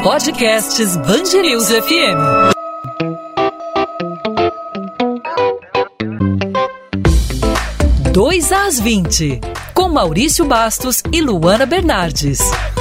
Podcasts BandNews FM. Dois às 20, com Maurício Bastos e Luana Bernardes.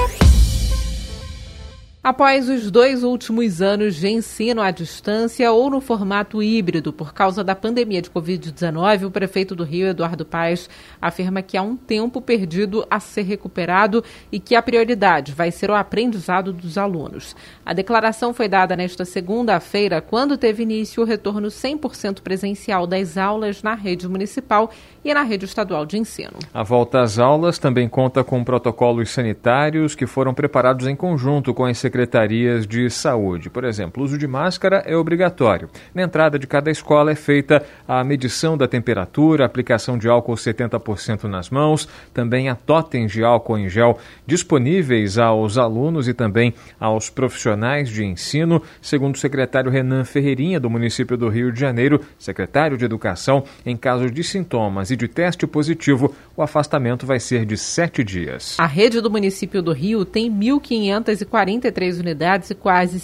Após os 2 últimos anos de ensino à distância ou no formato híbrido por causa da pandemia de Covid-19, o prefeito do Rio, Eduardo Paes, afirma que há um tempo perdido a ser recuperado e que a prioridade vai ser o aprendizado dos alunos. A declaração foi dada nesta segunda-feira, quando teve início o retorno 100% presencial das aulas na rede municipal e na rede estadual de ensino. A volta às aulas também conta com protocolos sanitários que foram preparados em conjunto com as secretarias de saúde. Por exemplo, o uso de máscara é obrigatório. Na entrada de cada escola é feita a medição da temperatura, a aplicação de álcool 70% nas mãos, também há totens de álcool em gel disponíveis aos alunos e também aos profissionais de ensino. Segundo o secretário Renan Ferreirinha, do município do Rio de Janeiro, secretário de Educação, em caso de sintomas e de teste positivo, o afastamento vai ser de 7 dias. A rede do município do Rio tem 1.543 unidades e quase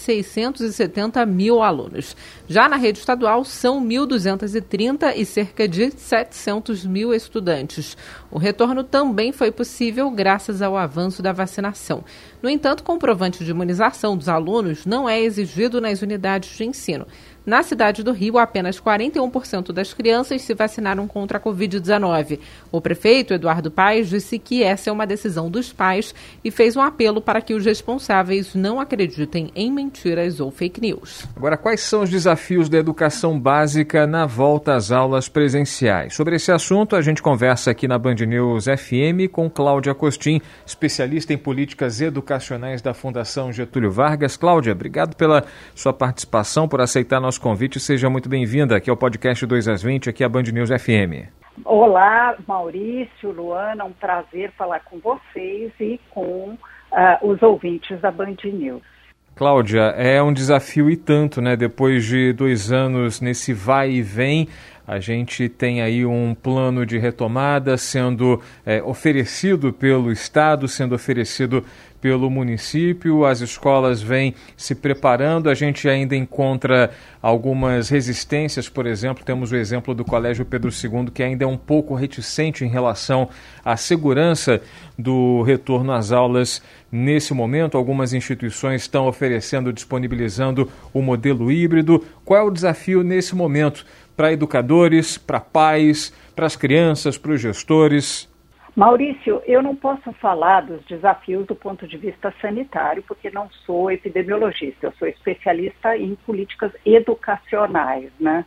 670 mil alunos. Já na rede estadual, são 1.230 e cerca de 700 mil estudantes. O retorno também foi possível graças ao avanço da vacinação. No entanto, comprovante de imunização dos alunos não é exigido nas unidades de ensino. Na cidade do Rio, apenas 41% das crianças se vacinaram contra a Covid-19. O prefeito, Eduardo Paes, disse que essa é uma decisão dos pais e fez um apelo para que os responsáveis não acreditem em mentiras ou fake news. Agora, quais são os desafios da educação básica na volta às aulas presenciais? Sobre esse assunto, a gente conversa aqui na BandNews FM com Cláudia Costin, especialista em políticas educacionais da Fundação Getúlio Vargas. Cláudia, obrigado pela sua participação, por aceitar nosso convite. Seja muito bem-vinda aqui ao podcast 2 às 20, aqui a BandNews FM. Olá, Maurício, Luana, um prazer falar com vocês e com os ouvintes da BandNews. Cláudia, é um desafio e tanto, né? Depois de 2 anos nesse vai e vem, a gente tem aí um plano de retomada sendo oferecido pelo Estado, sendo oferecido pelo município, as escolas vêm se preparando, a gente ainda encontra algumas resistências, por exemplo, temos o exemplo do Colégio Pedro II, que ainda é um pouco reticente em relação à segurança do retorno às aulas nesse momento. Algumas instituições estão oferecendo, disponibilizando o modelo híbrido. Qual é o desafio nesse momento para educadores, para pais, para as crianças, para os gestores? Maurício, eu não posso falar dos desafios do ponto de vista sanitário, porque não sou epidemiologista, eu sou especialista em políticas educacionais, né?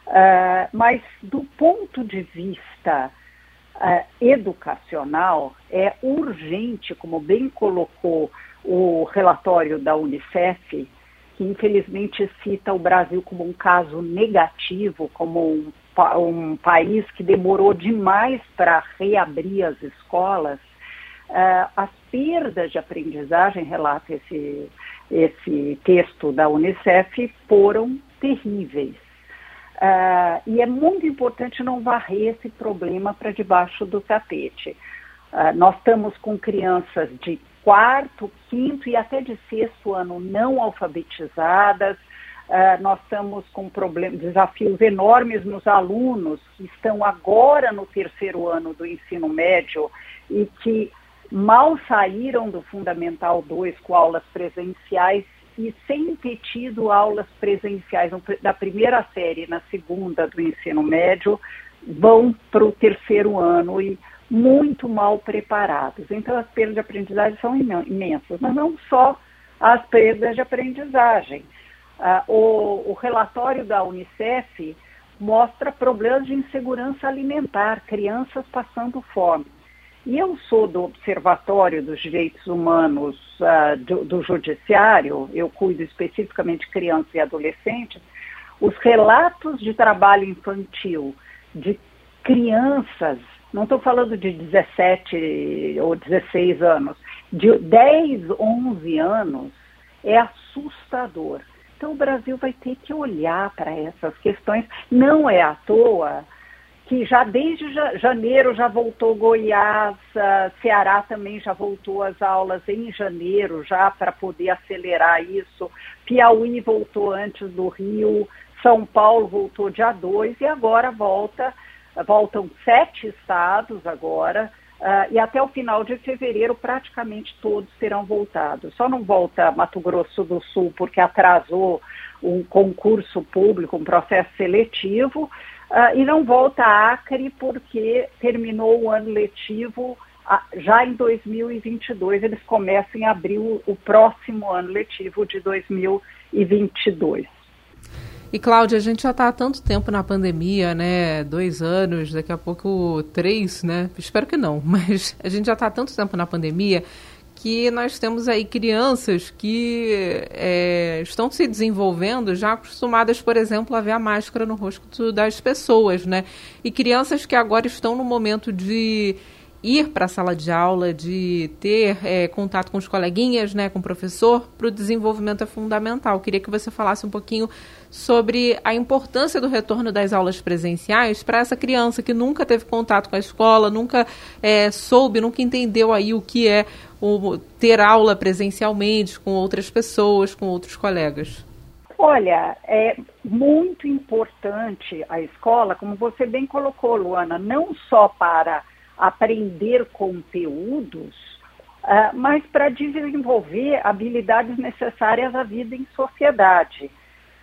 Mas do ponto de vista educacional, é urgente, como bem colocou o relatório da Unicef, que infelizmente cita o Brasil como um caso negativo, como um país que demorou demais para reabrir as escolas. As perdas de aprendizagem, relata esse texto da Unicef, foram terríveis. E é muito importante não varrer esse problema para debaixo do tapete. Nós estamos com crianças de 4º, 5º e até de 6º ano não alfabetizadas. Nós estamos com desafios enormes nos alunos que estão agora no 3º ano do ensino médio e que mal saíram do Fundamental 2 com aulas presenciais e sem ter tido aulas presenciais da primeira série na 2ª do ensino médio, vão para o 3º ano e muito mal preparados. Então as perdas de aprendizagem são imensas, mas não só as perdas de aprendizagem. O relatório da Unicef mostra problemas de insegurança alimentar, crianças passando fome. E eu sou do Observatório dos Direitos Humanos do Judiciário, eu cuido especificamente de crianças e adolescentes. Os relatos de trabalho infantil de crianças, não estou falando de 17 ou 16 anos, de 10, 11 anos, é assustador. Então o Brasil vai ter que olhar para essas questões. Não é à toa que já desde janeiro já voltou Goiás, Ceará também já voltou as aulas em janeiro, já para poder acelerar isso. Piauí voltou antes do Rio, São Paulo voltou dia 2 e agora voltam 7 estados agora, e até o final de fevereiro praticamente todos terão voltado. Só não volta Mato Grosso do Sul porque atrasou um concurso público, um processo seletivo, e não volta a Acre porque terminou o ano letivo já em 2022. Eles começam em abril o próximo ano letivo de 2022. E, Cláudia, a gente já está há tanto tempo na pandemia, né? 2 anos, daqui a pouco 3, né? Espero que não, mas a gente já está há tanto tempo na pandemia que nós temos aí crianças que estão se desenvolvendo já acostumadas, por exemplo, a ver a máscara no rosto das pessoas, né? E crianças que agora estão no momento de ir para a sala de aula, de ter contato com os coleguinhas, né, com o professor, para o desenvolvimento é fundamental. Queria que você falasse um pouquinho sobre a importância do retorno das aulas presenciais para essa criança que nunca teve contato com a escola, nunca nunca entendeu aí o que é ter aula presencialmente com outras pessoas, com outros colegas. Olha, é muito importante a escola, como você bem colocou, Luana, não só para aprender conteúdos, mas para desenvolver habilidades necessárias à vida em sociedade.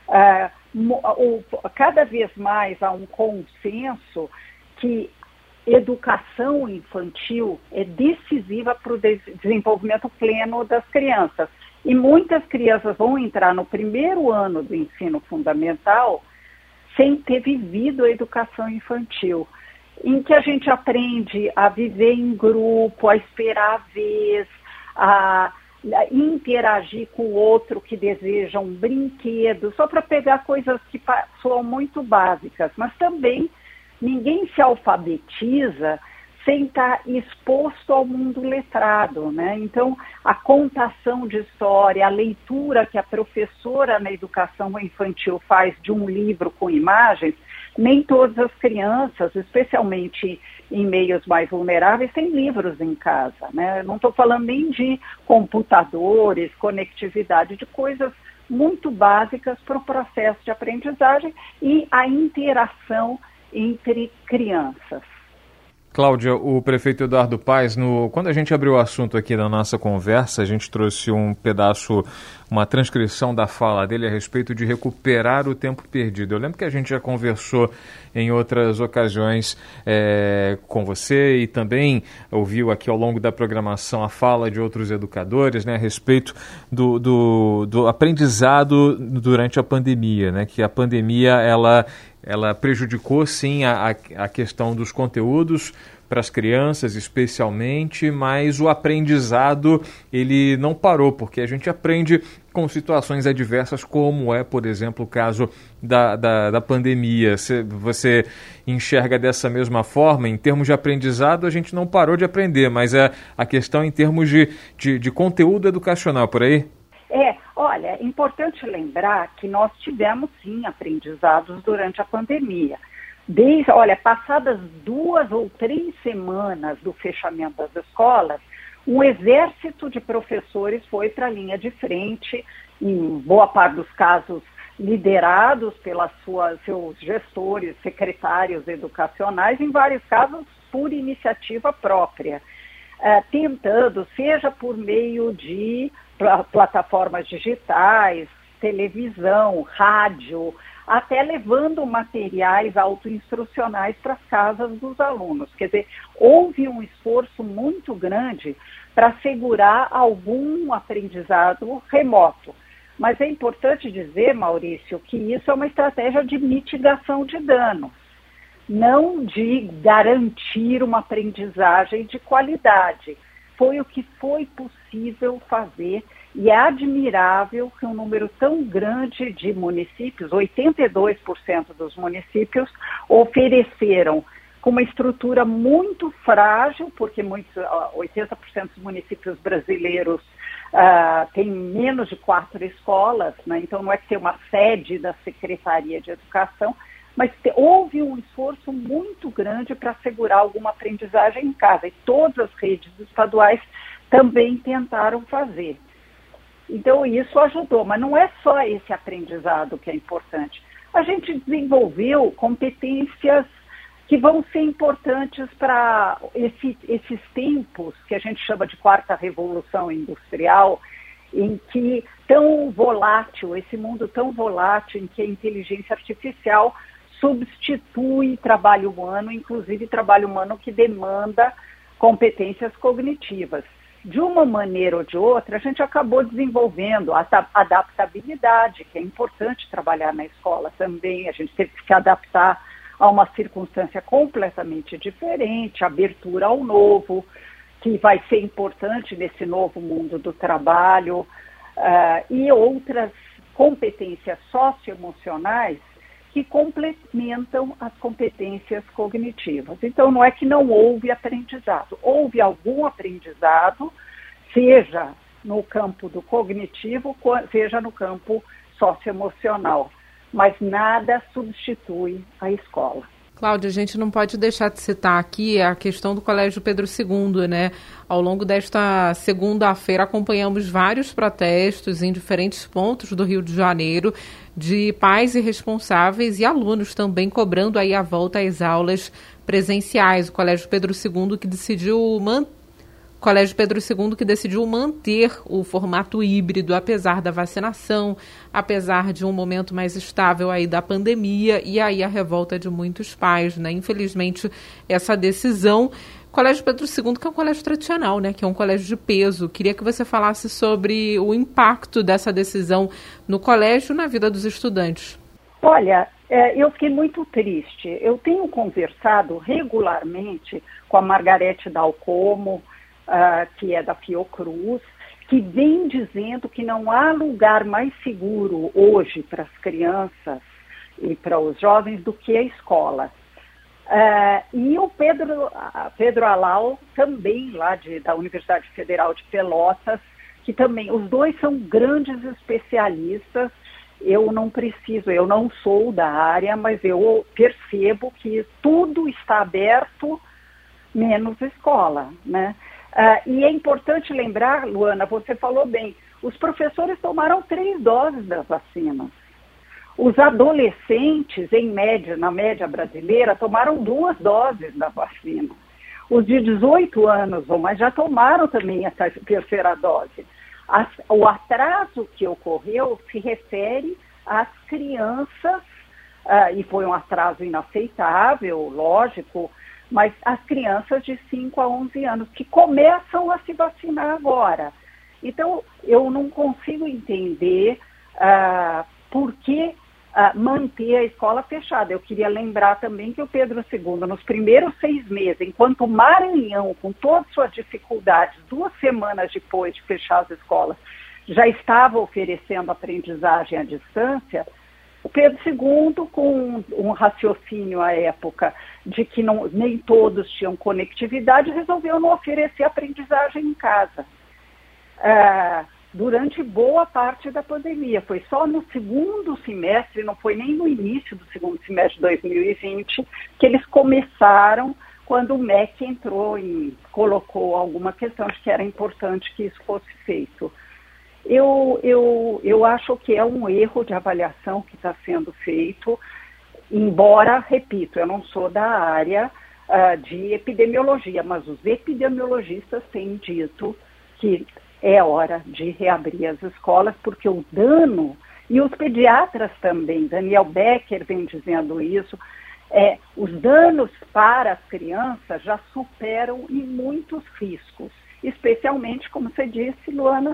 Cada vez mais há um consenso que educação infantil é decisiva para o desenvolvimento pleno das crianças. E muitas crianças vão entrar no primeiro ano do ensino fundamental sem ter vivido a educação infantil, em que a gente aprende a viver em grupo, a esperar a vez, a interagir com o outro que deseja um brinquedo, só para pegar coisas que são muito básicas, mas também ninguém se alfabetiza sem estar exposto ao mundo letrado, né? Então, a contação de história, a leitura que a professora na educação infantil faz de um livro com imagens, nem todas as crianças, especialmente em meios mais vulneráveis, têm livros em casa, né? Eu não estou falando nem de computadores, conectividade, de coisas muito básicas para o processo de aprendizagem e a interação entre crianças. Cláudia, o prefeito Eduardo Paes, quando a gente abriu o assunto aqui na nossa conversa, a gente trouxe um pedaço, uma transcrição da fala dele a respeito de recuperar o tempo perdido. Eu lembro que a gente já conversou em outras ocasiões com você e também ouviu aqui ao longo da programação a fala de outros educadores, né, a respeito do aprendizado durante a pandemia, né, que a pandemia ela prejudicou, sim, a questão dos conteúdos para as crianças, especialmente, mas o aprendizado, ele não parou, porque a gente aprende com situações adversas, como é, por exemplo, o caso da pandemia. Você enxerga dessa mesma forma? Em termos de aprendizado, a gente não parou de aprender, mas a questão em termos de conteúdo educacional, por aí? Olha, é importante lembrar que nós tivemos, sim, aprendizados durante a pandemia. Passadas 2 ou 3 semanas do fechamento das escolas, um exército de professores foi para a linha de frente, em boa parte dos casos liderados pelos seus gestores, secretários educacionais, em vários casos por iniciativa própria, tentando, seja por meio de plataformas digitais, televisão, rádio, até levando materiais autoinstrucionais para as casas dos alunos. Quer dizer, houve um esforço muito grande para assegurar algum aprendizado remoto. Mas é importante dizer, Maurício, que isso é uma estratégia de mitigação de danos, não de garantir uma aprendizagem de qualidade. Foi o que foi possível fazer e é admirável que um número tão grande de municípios, 82% dos municípios, ofereceram com uma estrutura muito frágil, porque 80% dos municípios brasileiros têm menos de 4 escolas, né? Então não é que tem uma sede da Secretaria de Educação, mas houve um esforço muito grande para assegurar alguma aprendizagem em casa, e todas as redes estaduais também tentaram fazer. Então, isso ajudou, mas não é só esse aprendizado que é importante. A gente desenvolveu competências que vão ser importantes para esses tempos que a gente chama de quarta revolução industrial, em que tão volátil, esse mundo tão volátil, em que a inteligência artificial substitui trabalho humano, inclusive trabalho humano que demanda competências cognitivas. De uma maneira ou de outra, a gente acabou desenvolvendo a adaptabilidade, que é importante trabalhar na escola também. A gente teve que se adaptar a uma circunstância completamente diferente, abertura ao novo, que vai ser importante nesse novo mundo do trabalho, e outras competências socioemocionais que complementam as competências cognitivas. Então, não é que não houve aprendizado. Houve algum aprendizado, seja no campo do cognitivo, seja no campo socioemocional, mas nada substitui a escola. Cláudia, a gente não pode deixar de citar aqui a questão do Colégio Pedro II, né? Ao longo desta segunda-feira acompanhamos vários protestos em diferentes pontos do Rio de Janeiro de pais irresponsáveis e alunos também cobrando aí a volta às aulas presenciais. O Colégio Pedro II que decidiu manter o formato híbrido, apesar da vacinação, apesar de um momento mais estável aí da pandemia, e aí a revolta de muitos pais, né? Infelizmente, essa decisão. Colégio Pedro II, que é um colégio tradicional, né? Que é um colégio de peso. Queria que você falasse sobre o impacto dessa decisão no colégio e na vida dos estudantes. Olha, eu fiquei muito triste. Eu tenho conversado regularmente com a Margarete Dalcomo, que é da Fiocruz, que vem dizendo que não há lugar mais seguro hoje para as crianças e para os jovens do que a escola. E o Pedro Alau, também lá da Universidade Federal de Pelotas, que também, os dois são grandes especialistas. Eu não sou da área, mas eu percebo que tudo está aberto, menos escola, né? E é importante lembrar, Luana, você falou bem, os professores tomaram 3 doses das vacinas. Os adolescentes, na média brasileira, tomaram 2 doses da vacina. Os de 18 anos ou mais já tomaram também essa terceira dose. O atraso que ocorreu se refere às crianças, e foi um atraso inaceitável, lógico, mas as crianças de 5 a 11 anos, que começam a se vacinar agora. Então, eu não consigo entender por que manter a escola fechada. Eu queria lembrar também que o Pedro II, nos primeiros 6 meses, enquanto o Maranhão, com todas as suas dificuldades, 2 semanas depois de fechar as escolas, já estava oferecendo aprendizagem à distância, o Pedro II, com um raciocínio à época de que nem todos tinham conectividade, resolveu não oferecer aprendizagem em casa. Durante boa parte da pandemia. Foi só no segundo semestre, não foi nem no início do segundo semestre de 2020, que eles começaram, quando o MEC entrou e colocou alguma questão de que era importante que isso fosse feito. Eu acho que é um erro de avaliação que está sendo feito, embora, repito, eu não sou da área de epidemiologia, mas os epidemiologistas têm dito que é hora de reabrir as escolas, porque o dano, e os pediatras também, Daniel Becker vem dizendo isso, os danos para as crianças já superam em muitos riscos. Especialmente, como você disse, Luana,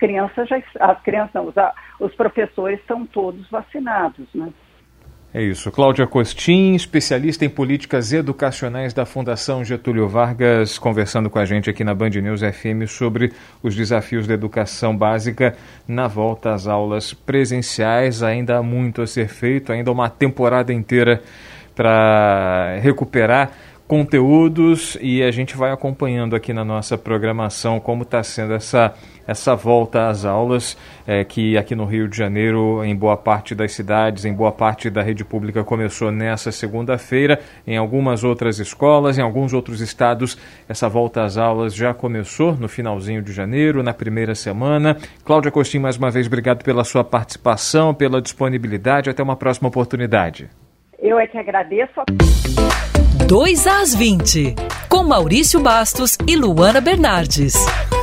os professores estão todos vacinados, né? É isso. Cláudia Costin, especialista em políticas educacionais da Fundação Getúlio Vargas, conversando com a gente aqui na Band News FM sobre os desafios da educação básica na volta às aulas presenciais. Ainda há muito a ser feito, ainda uma temporada inteira para recuperar. conteúdos e a gente vai acompanhando aqui na nossa programação como está sendo essa volta às aulas, que aqui no Rio de Janeiro, em boa parte das cidades, em boa parte da rede pública, começou nessa segunda-feira. Em algumas outras escolas, em alguns outros estados, essa volta às aulas já começou no finalzinho de janeiro, na primeira semana. Cláudia Costin, mais uma vez, obrigado pela sua participação, pela disponibilidade. Até uma próxima oportunidade. Eu é que agradeço. 2 às 20, com Maurício Bastos e Luana Bernardes.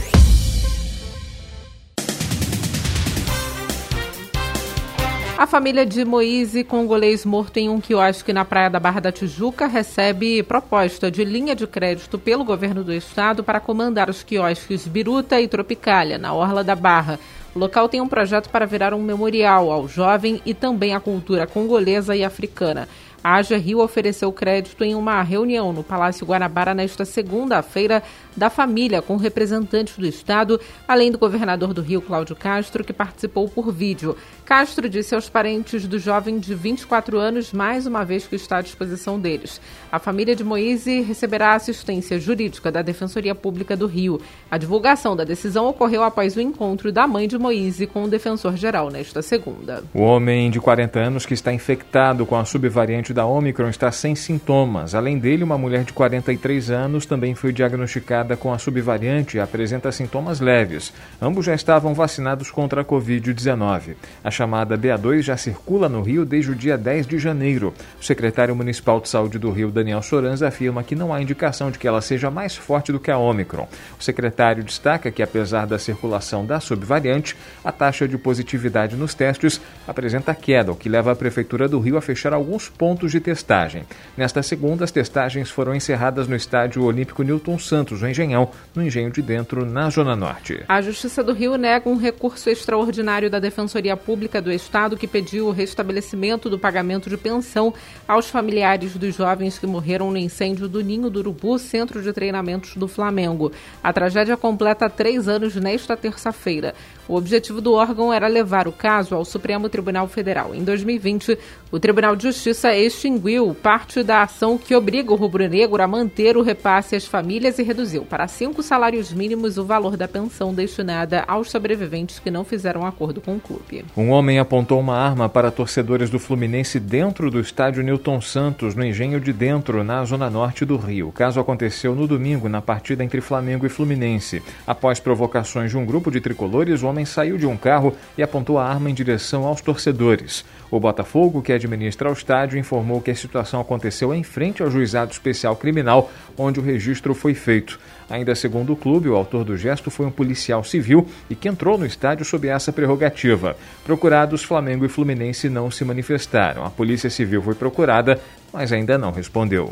A família de Moise, congolês morto em um quiosque na praia da Barra da Tijuca, recebe proposta de linha de crédito pelo governo do estado para comandar os quiosques Biruta e Tropicália, na orla da Barra. O local tem um projeto para virar um memorial ao jovem e também à cultura congolesa e africana. A AGA Rio ofereceu crédito em uma reunião no Palácio Guanabara nesta segunda-feira da família com representantes do Estado, além do governador do Rio, Cláudio Castro, que participou por vídeo. Castro disse aos parentes do jovem de 24 anos, mais uma vez, que está à disposição deles. A família de Moise receberá assistência jurídica da Defensoria Pública do Rio. A divulgação da decisão ocorreu após o encontro da mãe de Moise com o defensor-geral nesta segunda. O homem de 40 anos que está infectado com a subvariante da Ômicron está sem sintomas. Além dele, uma mulher de 43 anos também foi diagnosticada com a subvariante e apresenta sintomas leves. Ambos já estavam vacinados contra a Covid-19. A chamada BA2 já circula no Rio desde o dia 10 de janeiro. O secretário municipal de saúde do Rio, Daniel Soranza, afirma que não há indicação de que ela seja mais forte do que a Ômicron. O secretário destaca que, apesar da circulação da subvariante, a taxa de positividade nos testes apresenta queda, o que leva a Prefeitura do Rio a fechar alguns pontos de testagem. Nesta segunda, as testagens foram encerradas no Estádio Olímpico Newton Santos, no Engenhão, no Engenho de Dentro, na Zona Norte. A Justiça do Rio nega um recurso extraordinário da Defensoria Pública do Estado que pediu o restabelecimento do pagamento de pensão aos familiares dos jovens que morreram no incêndio do Ninho do Urubu, centro de treinamentos do Flamengo. A tragédia completa 3 anos nesta terça-feira. O objetivo do órgão era levar o caso ao Supremo Tribunal Federal. Em 2020, o Tribunal de Justiça extinguiu parte da ação que obriga o rubro-negro a manter o repasse às famílias e reduziu para 5 salários mínimos o valor da pensão destinada aos sobreviventes que não fizeram acordo com o clube. Um homem apontou uma arma para torcedores do Fluminense dentro do estádio Newton Santos, no Engenho de Dentro, na Zona Norte do Rio. O caso aconteceu no domingo, na partida entre Flamengo e Fluminense. Após provocações de um grupo de tricolores, o homem saiu de um carro e apontou a arma em direção aos torcedores. O Botafogo, que administra o estádio, informou que a situação aconteceu em frente ao Juizado Especial Criminal, onde o registro foi feito. Ainda segundo o clube, o autor do gesto foi um policial civil e que entrou no estádio sob essa prerrogativa. Procurados, Flamengo e Fluminense não se manifestaram. A Polícia Civil foi procurada, mas ainda não respondeu.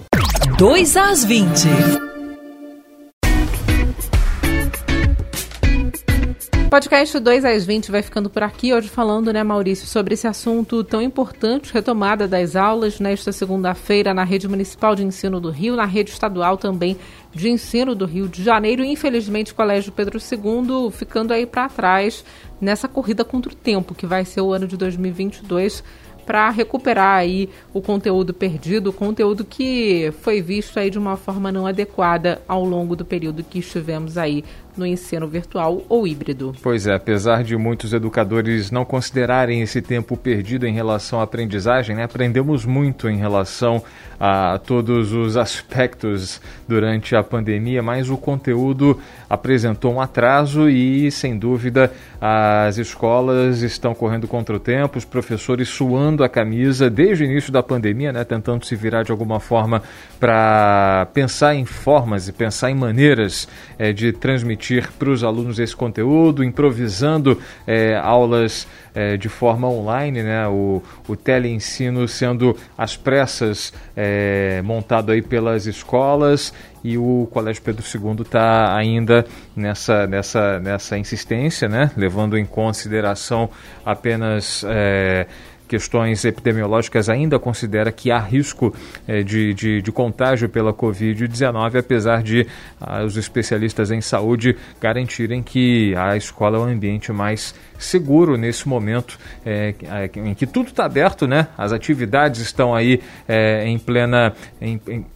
2 às 20. Podcast 2 às 20 vai ficando por aqui, hoje falando, Maurício, sobre esse assunto tão importante, retomada das aulas nesta segunda-feira na Rede Municipal de Ensino do Rio, na Rede Estadual também de Ensino do Rio de Janeiro e, infelizmente, o Colégio Pedro II ficando aí para trás nessa corrida contra o tempo, que vai ser o ano de 2022, para recuperar aí o conteúdo perdido, o conteúdo que foi visto aí de uma forma não adequada ao longo do período que estivemos aí no ensino virtual ou híbrido. Pois é, apesar de muitos educadores não considerarem esse tempo perdido em relação à aprendizagem, aprendemos muito em relação a todos os aspectos durante a pandemia, mas o conteúdo apresentou um atraso e, sem dúvida, as escolas estão correndo contra o tempo, os professores suando a camisa desde o início da pandemia, tentando se virar de alguma forma para pensar em formas e pensar em maneiras de transmitir para os alunos esse conteúdo, improvisando aulas de forma online, o teleensino sendo às pressas montado aí pelas escolas, e o Colégio Pedro II está ainda nessa insistência, levando em consideração apenas questões epidemiológicas, ainda considera que há risco de contágio pela Covid-19, apesar de os especialistas em saúde garantirem que a escola é um ambiente mais seguro nesse momento em que tudo está aberto, as atividades estão aí em plena...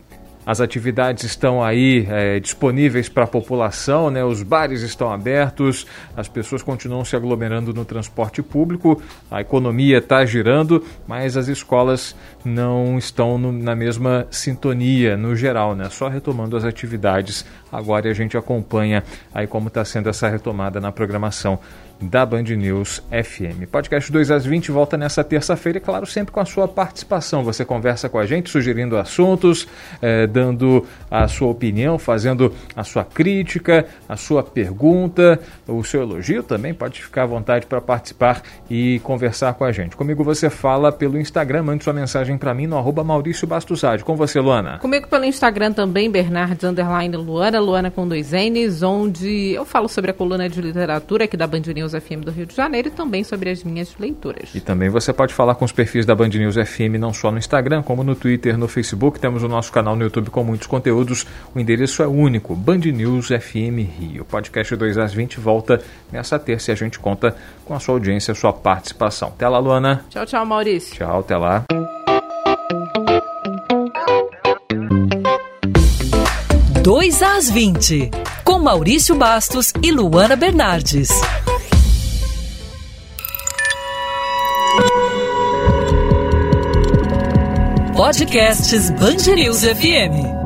as atividades estão aí disponíveis para a população, né? Os bares estão abertos, as pessoas continuam se aglomerando no transporte público, a economia está girando, mas as escolas não estão na mesma sintonia no geral, né? Só retomando as atividades agora, e a gente acompanha aí como está sendo essa retomada na programação da Band News FM. Podcast 2 às 20 volta nessa terça-feira, e claro, sempre com a sua participação. Você conversa com a gente, sugerindo assuntos, dando a sua opinião, fazendo a sua crítica, a sua pergunta, o seu elogio também. Pode ficar à vontade para participar e conversar com a gente. Comigo você fala pelo Instagram, mande sua mensagem para mim no @MauricioBastosAde. Com você, Luana. Comigo pelo Instagram também, Bernardes_Luana, Luana com 2 N's, onde eu falo sobre a coluna de literatura aqui da Band News FM do Rio de Janeiro e também sobre as minhas leituras. E também você pode falar com os perfis da Band News FM, não só no Instagram, como no Twitter, no Facebook. Temos o nosso canal no YouTube com muitos conteúdos. O endereço é único, Band News FM Rio. O podcast 2 às 20 volta nessa terça e a gente conta com a sua audiência, a sua participação. Até lá, Luana. Tchau, tchau, Maurício. Tchau, até lá. Dois às 20, com Maurício Bastos e Luana Bernardes. Podcasts Band News FM.